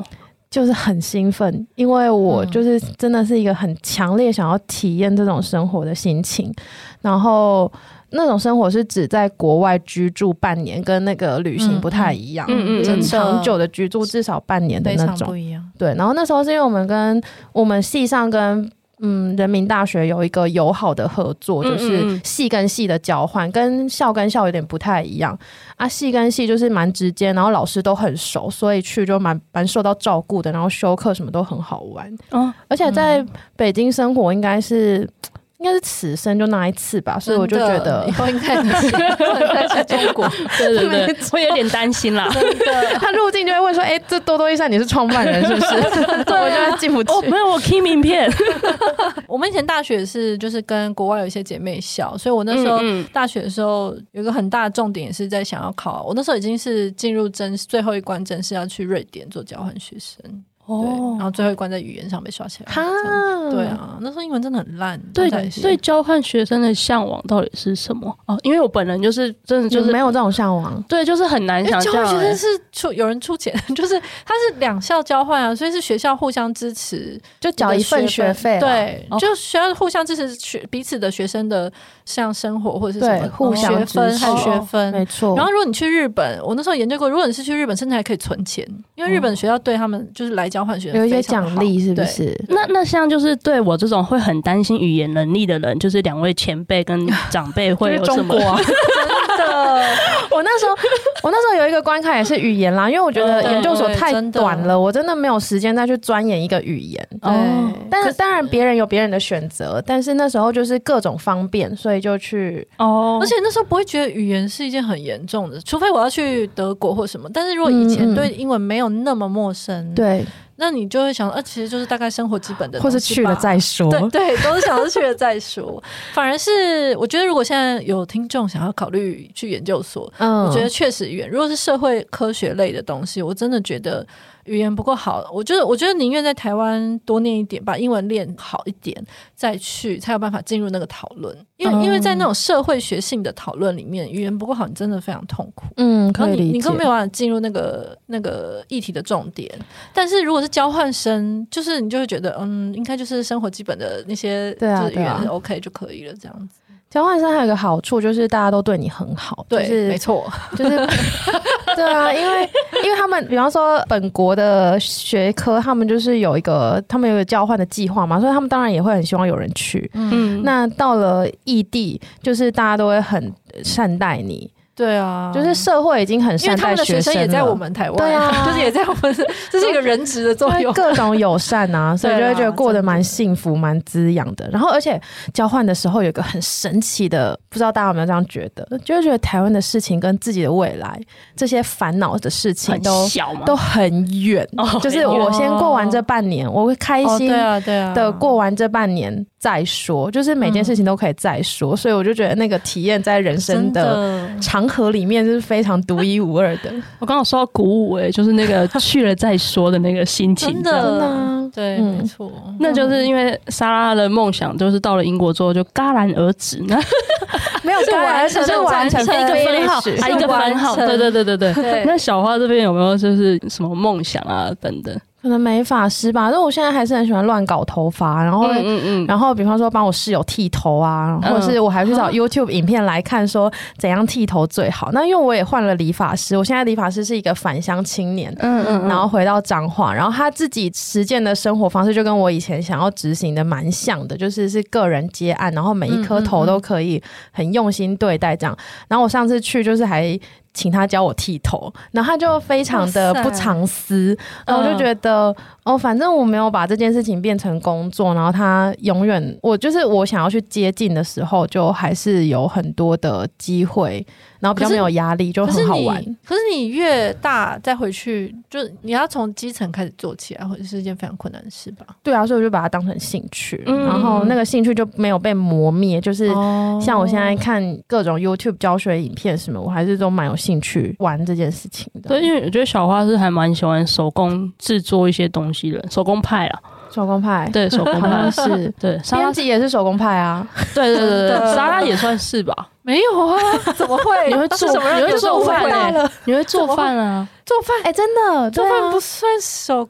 就是很兴奋，因为我就是真的是一个很强烈想要体验这种生活的心情，然后那种生活是指在国外居住半年，跟那个旅行不太一样，很长久的居住至少半年的那种， 非常不一样。 对，然后那时候是因为我们系上跟人民大学有一个友好的合作，就是系跟系的交换，跟校有点不太一样啊。系跟系就是蛮直接，然后老师都很熟，所以去就蛮受到照顾的，然后修课什么都很好玩。而且在北京生活应该是此生就那一次吧，所以我就觉得以后应该再去中国， 对对对，会有点担心啦。 真的， 他入境就会问说：“这多多益善你是创办人是不是？”对，我就会进不去。 没有，我 key 名片。 我们以前大学就是跟国外有一些姐妹校，所以我那时候大学的时候有一个很大的重点也是在想要考，我那时候已经是进入最后一关正式要去瑞典做交换学生。对，然后最后一关在语言上被刷起来。对啊，那时候英文真的很烂。 对交换学生的向往到底是什么？因为我本人就是真的就是没有这种向往。 对，就是很难想象。 交换学生是有人出钱，就是他是2校交换啊，所以是学校互相支持， 就缴一份学费。 对，就学校互相支持彼此的学生的像生活或者是什么互相学分还有学分， 没错。 然后如果你去日本，我那时候研究过，如果你是去日本，甚至还可以存钱，因为日本学校对他们就是来交换学生有一些奖励，是不是？ 那像就是对我这种会很担心语言能力的人，就是2位前辈跟长辈会有什么？ 真的，我那时候有一个关卡也是语言啦，因为我觉得研究所太短了，我真的没有时间再去钻研一个语言。但是当然别人有别人的选择，但是那时候就是各种方便，所以就去而且那时候不会觉得语言是一件很严重的，除非我要去德国或什么。但是如果以前对英文没有那么陌生， 对。 那你就会想，其实就是大概生活基本的东西吧， 或是去了再说。 对，都是想要去了再说。反而是我觉得，如果现在有听众想要考虑去研究所，我觉得确实语言，如果是社会科学类的东西，我真的觉得语言不够好，我觉得宁愿在台湾多念一点，把英文练好一点，再去才有办法进入那个讨论。因为在那种社会学性的讨论里面，语言不够好，你真的非常痛苦。 可以理解。 你根本没有办法进入那个议题的重点。但是如果是交换生，就是你就会觉得，应该就是生活基本的那些就是语言 OK 就可以了，这样子。 交换生还有一个好处就是大家都对你很好， 对， 就是没错， 就是对啊，因为他们比方说本国的学科，他们就是有一个交换的计划嘛，所以他们当然也会很希望有人去。那到了异地，就是大家都会很善待你。 对啊， 就是社会已经很善待学生了，因为他们的学生也在我们台湾， 对啊， 就是也在我们，这是一个人质的作用， 各种友善啊，所以就会觉得过得蛮幸福、蛮滋养的。然后，而且交换的时候有一个很神奇的，不知道大家有没有这样觉得，就会觉得台湾的事情跟自己的未来这些烦恼的事情都很远，就是我先过完这半年，我会开心的过完这半年再说，就是每件事情都可以再说，所以我就觉得那个体验在人生的长河里面是非常独一无二的。 我刚好受到鼓舞就是那个去了再说的那个心情， 真的对，没错。 那就是因为莎拉的梦想就是到了英国之后就戛然而止， 没有戛然而止，是完成一个分号，一个分号，对。那小花这边有没有就是什么梦想啊等等？ 可能美发师吧，但我现在还是很喜欢乱搞头发，然后比方说帮我室友剃头啊，或者是我还去找 YouTube 影片来看说怎样剃头最好。那因为我也换了理发师，我现在理发师是一个返乡青年，然后回到彰化，然后他自己实践的生活方式就跟我以前想要执行的蛮像的，就是个人接案，然后每一颗头都可以很用心对待这样。然后我上次去就是还请他教我剃头，然后他就非常的不藏私，然后我就觉得反正我没有把这件事情变成工作，然后他永远我想要去接近的时候，就还是有很多的机会，然后比较没有压力，就很好玩。 可是你越大再回去，就你要从基层开始做起来，或者是一件非常困难的事吧？ 对啊，所以我就把它当成兴趣，然后那个兴趣就没有被磨灭，就是像我现在看各种 YouTube 教学影片什么，我还是都蛮有兴趣玩这件事情的。 对，因为我觉得小花是还蛮喜欢手工制作一些东西的，手工派啦。 手工派， 对，手工派是， 对， 编辑也是手工派啊， 对，莎拉也算是吧？ 没有啊，怎么会？ 你会做饭你会做饭啊？ 做饭，真的做饭不算手工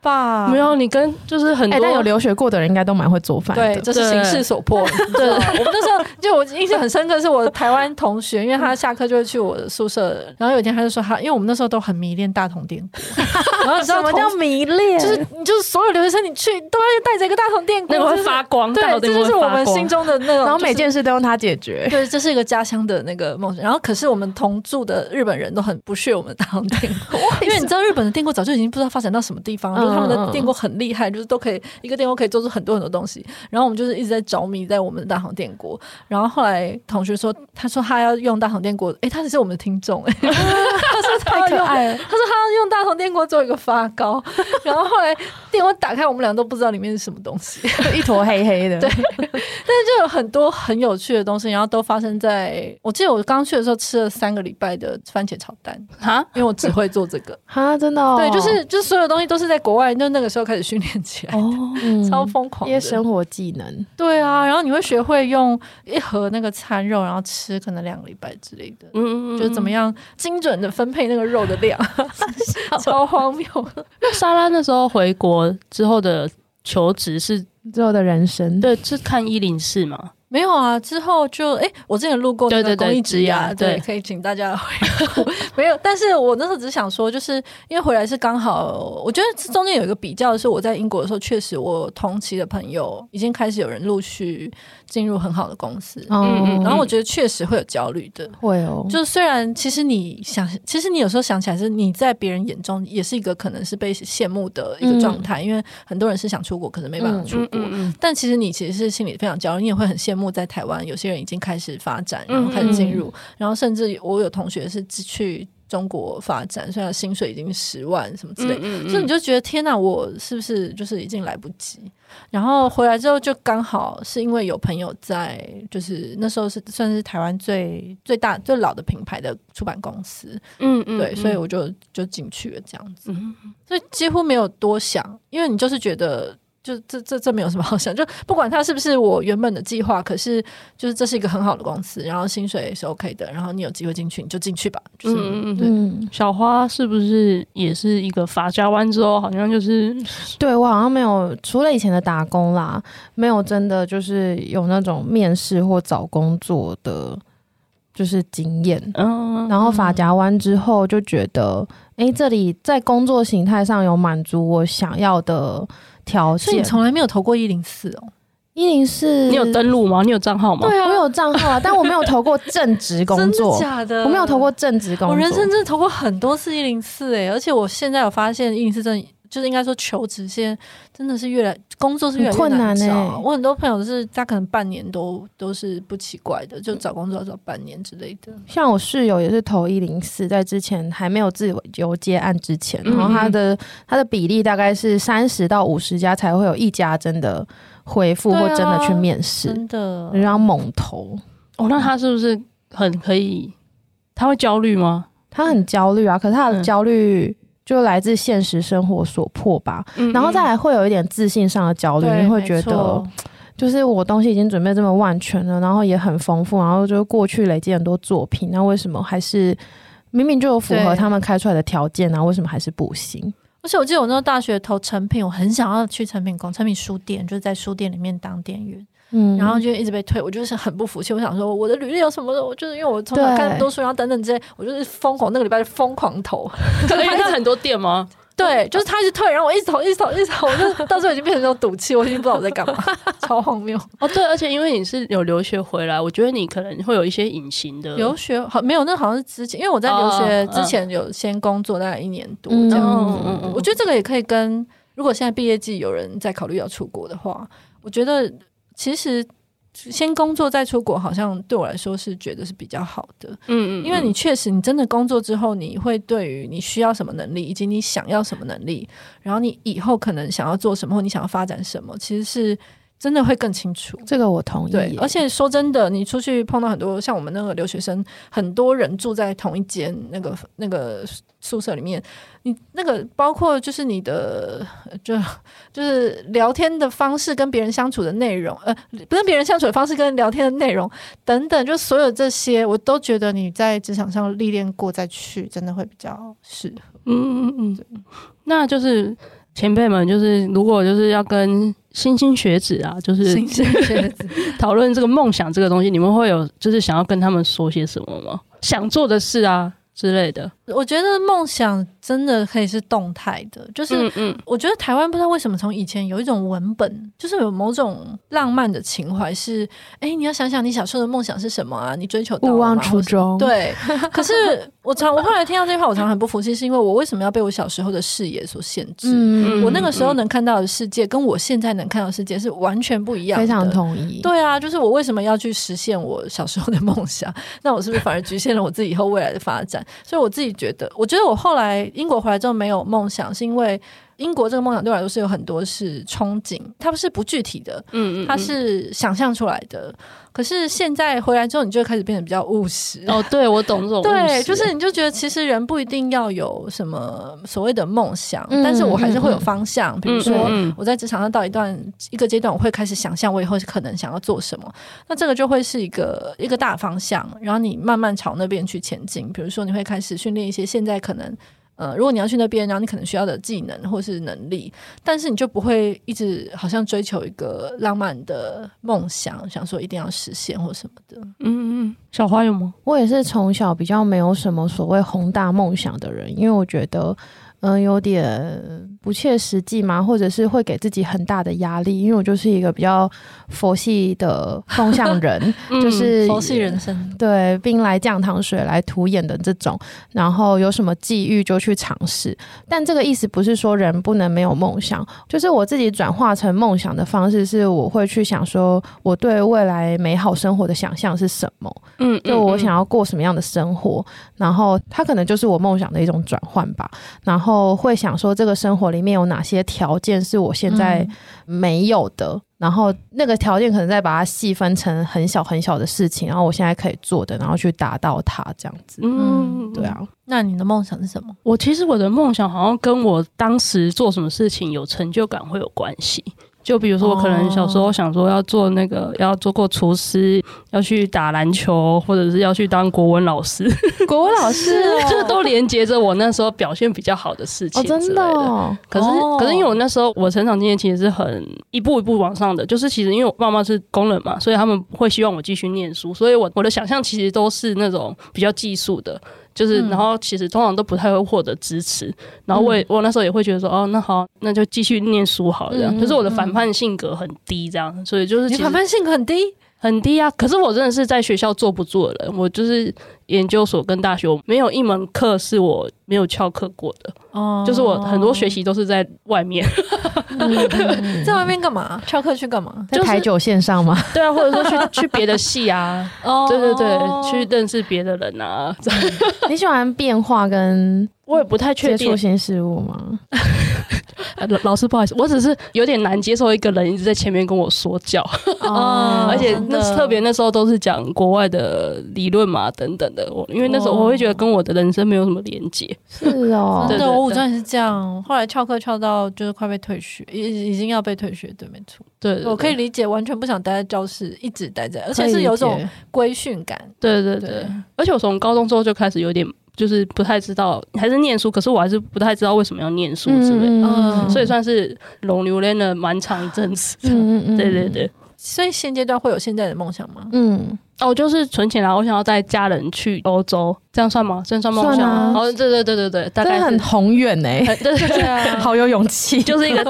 吧？ 没有，你跟就是很多， 但有留学过的人应该都蛮会做饭的。 对，这是形势所迫。对，我们那时候就我印象很深刻，是我台湾同学，因为他下课就会去我的宿舍，然后有一天他就说因为我们那时候都很迷恋大同电锅，然后你知道什么叫迷恋？ 就是所有留学生你去都要带着一个大同电锅， 那个会发光， 对，这就是我们心中的那种， 然后每件事都用它解决。 对，这是一个家乡的那个梦想。然后可是我们同住的日本人都很不屑我们的大同电锅，因为你知道日本的电锅早就已经不知道发展到什么地方，就是他们的电锅很厉害，就是都可以一个电锅可以做出很多很多东西。然后我们就是一直在着迷在我们的大同电锅。然后后来同学说，他说他要用大同电锅，他是我们的听众，他说他要用，他说他要用大同电锅做一个发糕。然后后来电锅打开，我们俩都不知道里面是什么东西， 一坨黑黑的。 对，但是就有很多很有趣的东西，然后都发生在我记得我刚去的时候吃了3个礼拜的番茄炒蛋哈，因为我只会做这个哈，真的哦。 对，就是所有东西都是在国外，就那个时候开始训练起来的，超疯狂的一些生活技能。 对啊，然后你会学会用一盒那个餐肉，然后吃可能2个礼拜之类的，就是怎么样精准的分配那个肉的量，超荒谬。 那莎拉那时候回国之后的求职是之后的人生， 对，是看104吗？ 没有啊，之后就我之前录过那个公益职涯， 对， 可以请大家回顾。没有，但是我那时候只是想说，就是因为回来是刚好，我觉得中间有一个比较的是，我在英国的时候，确实我同期的朋友已经开始有人陆续进入很好的公司，然后我觉得确实会有焦虑的， 会哦。 就是虽然其实你有时候想起来是你在别人眼中也是一个可能是被羡慕的一个状态，因为很多人是想出国，可是没办法出国，但其实你其实是心里非常焦虑，你也会很羡慕。在台湾有些人已经开始发展，然后开始进入，然后甚至我有同学是去中国发展，虽然薪水已经10万什么之类的，所以你就觉得天哪，我是不是就是已经来不及？然后回来之后就刚好是因为有朋友在，就是那时候是算是台湾最大最老的品牌的出版公司，对，所以我就进去了这样子，所以几乎没有多想，因为你就是觉得。就这没有什么好想，就不管它是不是我原本的计划，可是就是这是一个很好的公司，然后薪水是 OK 的，然后你有机会进去你就进去吧。就是对， 小花是不是也是一个法家湾之后，好像就是对我好像没有，除了以前的打工啦，没有真的就是有那种面试或找工作的就是经验。然后法家湾之后就觉得，这里在工作形态上有满足我想要的条件。 所以你从来没有投过104哦 ？104 你有登录吗？你有账号吗？ 对啊，我有账号啊，但我没有投过正职工作。 真的假的？ 我没有投过正职工作。 我人生真的投过很多次104而且我现在有发现104真的就是应该说求职现在真的是工作是越来越难找。我很多朋友是他可能半年都是不奇怪的，就找工作要找半年之类的。 像我室友也是投104，在之前还没有自由接案之前，然后他的比例大概是30到50家才会有1家真的回复或真的去面试， 真的就要猛投。 那他是不是很可以？他会焦虑吗？ 他很焦虑啊，可是他的焦虑就来自现实生活所迫吧，然后再来会有一点自信上的焦虑，你会觉得就是我东西已经准备这么万全了，然后也很丰富，然后就过去累积很多作品，那为什么还是明明就有符合他们开出来的条件啊，为什么还是不行？ 而且我记得我那时候大学投成品，我很想要去成品书店，就是在书店里面当店员。然后就一直被退，我就是很不服气。我想说我的履历有什么的，我就是因为我从小看那么多书，然后等等之类，我就是疯狂那个礼拜就疯狂投。 因为他很多店吗？ 对，就是他一直退，然后我一直投，我就到最后已经变成那种赌气，我已经不知道我在干嘛，超荒谬。 对，而且因为你是有留学回来，我觉得你可能会有一些隐形的留学，没有，那好像是之前，因为我在留学之前有先工作大概1年多这样子。我觉得这个也可以跟，如果现在毕业季有人在考虑要出国的话，我觉得其实先工作再出国好像对我来说是觉得是比较好的。因为你确实你真的工作之后，你会对于你需要什么能力以及你想要什么能力，然后你以后可能想要做什么或你想要发展什么，其实是真的会更清楚。 这个我同意。 对，而且说真的，你出去碰到很多像我们那个留学生，很多人住在同一间那个宿舍里面，你那个包括就是你的就是聊天的方式跟别人相处的内容，不跟别人相处的方式跟聊天的内容等等，就所有这些我都觉得你在职场上历练过再去真的会比较适合。 那就是前辈们，就是如果就是要跟新兴学子啊，就是新兴学子讨论这个梦想这个东西，你们会有就是想要跟他们说些什么吗？想做的事啊之类的。 我觉得梦想真的可以是动态的，就是我觉得台湾不知道为什么从以前有一种文本，就是有某种浪漫的情怀是，你要想想你小时候的梦想是什么啊，你追求到了吗？ 勿忘初衷。 对，可是我后来听到这句话，我常常很不服气，是因为我为什么要被我小时候的视野所限制？我那个时候能看到的世界跟我现在能看到的世界是完全不一样的。 非常同意。 对啊，就是我为什么要去实现我小时候的梦想？那我是不是反而局限了我自己以后未来的发展？所以我自己觉得我后来英国回来之后没有梦想，是因为英国这个梦想对我来说是有很多是憧憬，它不是不具体的，它是想象出来的。可是现在回来之后，你就会开始变得比较务实。 哦，对，我懂这种务实。 对，就是你就觉得其实人不一定要有什么所谓的梦想，但是我还是会有方向。比如说我在职场上到一个阶段，我会开始想象我以后可能想要做什么，那这个就会是一个大方向，然后你慢慢朝那边去前进。比如说你会开始训练一些现在可能如果你要去那边，然后你可能需要的技能或是能力，但是你就不会一直好像追求一个浪漫的梦想，想说一定要实现或什么的。 小花有吗？ 我也是从小比较没有什么所谓宏大梦想的人，因为我觉得有点不切实际嘛，或者是会给自己很大的压力，因为我就是一个比较佛系的风向人，就是佛系人生， 对，兵来将挡水来土掩的这种，然后有什么际遇就去尝试。但这个意思不是说人不能没有梦想，就是我自己转化成梦想的方式是我会去想说我对未来美好生活的想象是什么，就我想要过什么样的生活，然后它可能就是我梦想的一种转换吧。然后会想说这个生活里面有哪些条件是我现在没有的，然后那个条件可能再把它细分成很小很小的事情，然后我现在可以做的，然后去达到它这样子。对啊。 那你的梦想是什么？ 其实我的梦想好像跟我当时做什么事情有成就感会有关系。就比如说我可能小时候想说要做要做过厨师，要去打篮球，或者是要去当国文老师。 国文老师这都连接着我那时候表现比较好的事情之类的。 真的哦。 可是因为我那时候我成长经验其实是很一步一步往上的，就是其实因为我爸妈是工人嘛，所以他们会希望我继续念书，所以我的想象其实都是那种比较技术的，就是然后其实通常都不太会获得支持，然后我那时候也会觉得说那好，那就继续念书好了这样。就是我的反叛性格很低这样，所以就是你反叛性格很低很低啊。可是我真的是在学校坐不住的人，我就是研究所跟大学我没有一门课是我没有翘课过的。就是我很多学习都是在外面。 在外面干嘛？翘课去干嘛？ 在台九线上吗？ 对啊，或者说去别的系啊。对对对，去认识别的人啊。 你喜欢变化跟我也不太确定接触新事物吗？ 老师不好意思，我只是有点难接受一个人一直在前面跟我说教。而且特别那时候都是讲国外的理论嘛等等的，因为那时候我会觉得跟我的人生没有什么连结。 是哦。 真的，我五专也是这样，后来翘课翘到就是快被退学，已经要被退学。对，没错。对，我可以理解，完全不想待在教室一直待在，而且是有种规训感。对对对。 而且我从高中之后就开始有点就是不太知道，还是念书，可是我还是不太知道为什么要念书之类的。所以算是龙流连了蛮长一阵子。对对对。 所以现阶段会有现在的梦想吗？ 就是存钱啦，我想要带家人去欧洲，这样算吗？这样算梦想？对对对对对，大概是很宏远欸。 对对啊， 好有勇气， 就是一个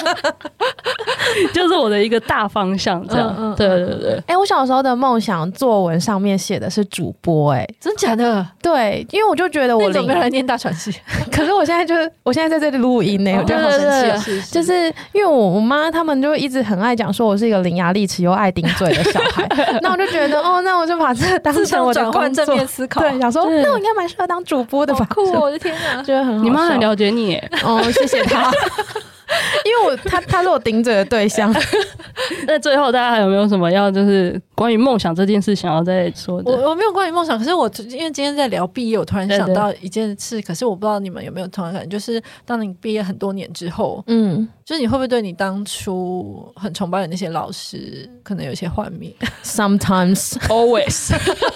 就是我的一个大方向这样。对对对。 我小时候的梦想作文上面写的是主播。 真假的？ 对，因为我就觉得我怎么来念大传系？ 可是我现在在这里录音我觉得好生气。就是因为我妈他们就一直很爱讲说我是一个伶牙俐齿又爱顶嘴的小孩。那我就觉得那我就把这个当成我的工作， 转换正面思考。 对，想说那我应该蛮适合当主播的吧？ 酷，我的天哪， 觉得很好笑。 你妈很了解你耶。 谢谢她。因为他是我顶嘴的对象。 那最后大家还有没有什么要就是关于梦想这件事想要再说的？ 我没有关于梦想，可是我因为今天在聊毕业，我突然想到一件事，可是我不知道你们有没有同样感觉，就是当你毕业很多年之后，就是你会不会对你当初很崇拜的那些老师可能有一些幻灭？ Sometimes always 真的吗？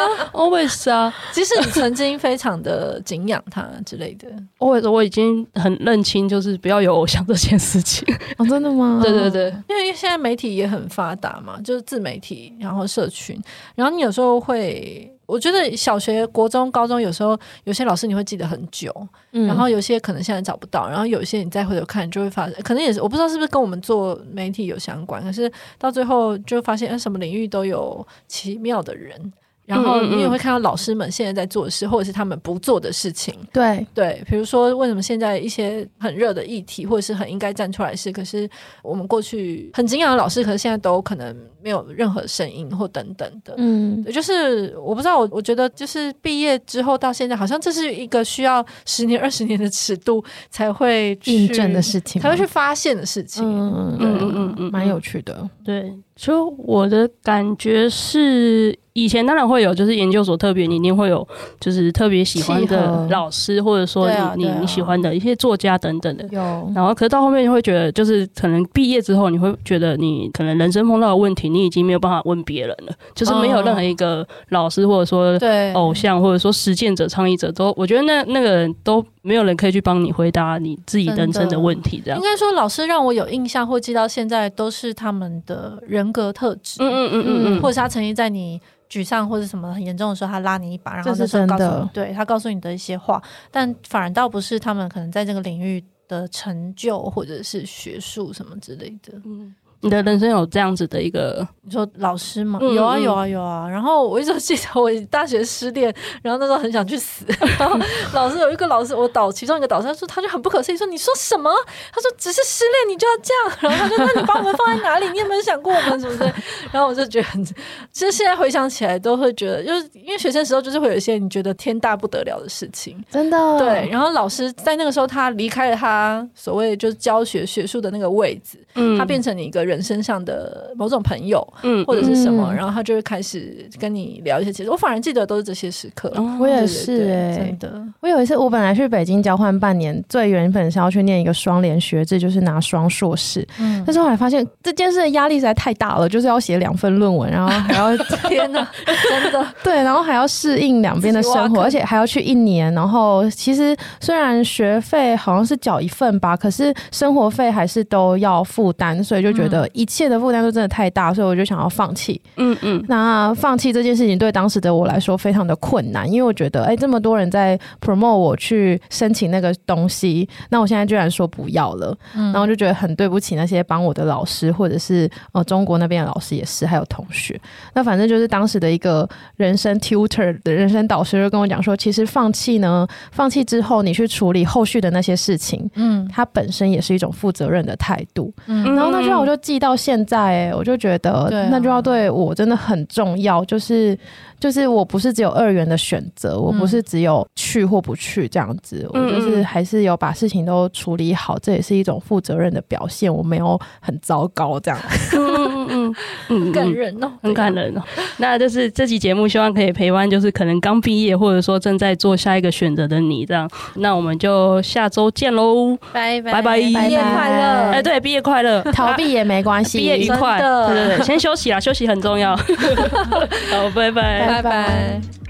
always 啊， 即使你曾经非常的敬仰他之类的。 我已经很认清，就是不要有偶像这件事情。 哦，真的吗？ 对对对， 因为现在媒体也很发达嘛，就是自媒体，然后社群，然后你有时候会。我觉得小学、国中、高中有时候有些老师你会记得很久，然后有些可能现在找不到，然后有些你再回头看就会发现，可能也是我不知道是不是跟我们做媒体有相关，可是到最后就发现什么领域都有奇妙的人。然后你也会看到老师们现在在做的事，或者是他们不做的事情。 对， 比如说为什么现在一些很热的议题，或者是很应该站出来的事，可是我们过去很敬仰的老师，可是现在都可能没有任何声音或等等的。就是我不知道，我觉得就是毕业之后到现在，好像这是一个需要10年、20年的尺度才会印证的事情， 才会去发现的事情。 蛮有趣的。 对，就我的感觉是，以前当然会有，就是研究所特别，你一定会有，就是特别喜欢的老师，或者说你喜欢的一些作家等等的。 有， 然后可是到后面会觉得，就是可能毕业之后，你会觉得你可能人生碰到的问题，你已经没有办法问别人了，就是没有任何一个老师或者说偶像或者说实践者、倡议者都，我觉得那个人都没有人可以去帮你回答你自己人生的问题。这样应该说，老师让我有印象或记到现在，都是他们的人格特质。或者是他曾经在你沮丧或者什么很严重的时候，他拉你一把，然后那时候告诉你，对，他告诉你的一些话，但反而倒不是他们可能在这个领域的成就或者是学术什么之类的。 你的人生有这样子的一个， 你说老师吗？有啊。然后我一直记得我大学失恋，然后那时候很想去死。然后老师有一个老师，其中一个导师，他就很不可思议说：“你说什么？”他说：“只是失恋你就要这样？”然后他说：“那你把我们放在哪里？你有没有想过我们什么之类？”然后我就觉得其实现在回想起来都会觉得，就是因为学生时候就是会有一些你觉得天大不得了的事情， 真的对。然后老师在那个时候他离开了他所谓就是教学学术的那个位置，他变成你一个人生上的某种朋友，或者是什么，然后他就会开始跟你聊一些。其实我反而记得都是这些时刻。 我也是真的。 我有一次，我本来去北京交换半年，最原本是要去念一个双联学制，就是拿双硕士。但是后来发现这件事的压力实在太大了，就是要写2份论文，然后还要天哪，真的对，然后还要适应两边的生活，而且还要去1年。然后其实虽然学费好像是缴1份吧，可是生活费还是都要负担，所以就觉得一切的负担都真的太大，所以我就想要放弃。那放弃这件事情对当时的我来说非常的困难，因为我觉得这么多人在 promote 我去申请那个东西，那我现在居然说不要了，然后就觉得很对不起那些帮我的老师，或者是中国那边的老师也是，还有同学。那反正就是当时的一个人生 tutor 的人生导师就跟我讲说，其实放弃之后你去处理后续的那些事情，它本身也是一种负责任的态度。然后那句话我就记到现在，我就觉得那句话对我真的很重要，就是我不是只有2元的选择，我不是只有去或不去这样子，我就是还是有把事情都处理好，这也是一种负责任的表现，我没有很糟糕这样。 很感人哦， 很感人哦。那就是这期节目希望可以陪伴就是可能刚毕业或者说正在做下一个选择的你这样。那我们就下周见喽， 拜拜， 毕业快乐。 对，毕业快乐， 逃避也没关系， 毕业愉快。对，先休息啦，休息很重要。好，拜拜。 拜拜。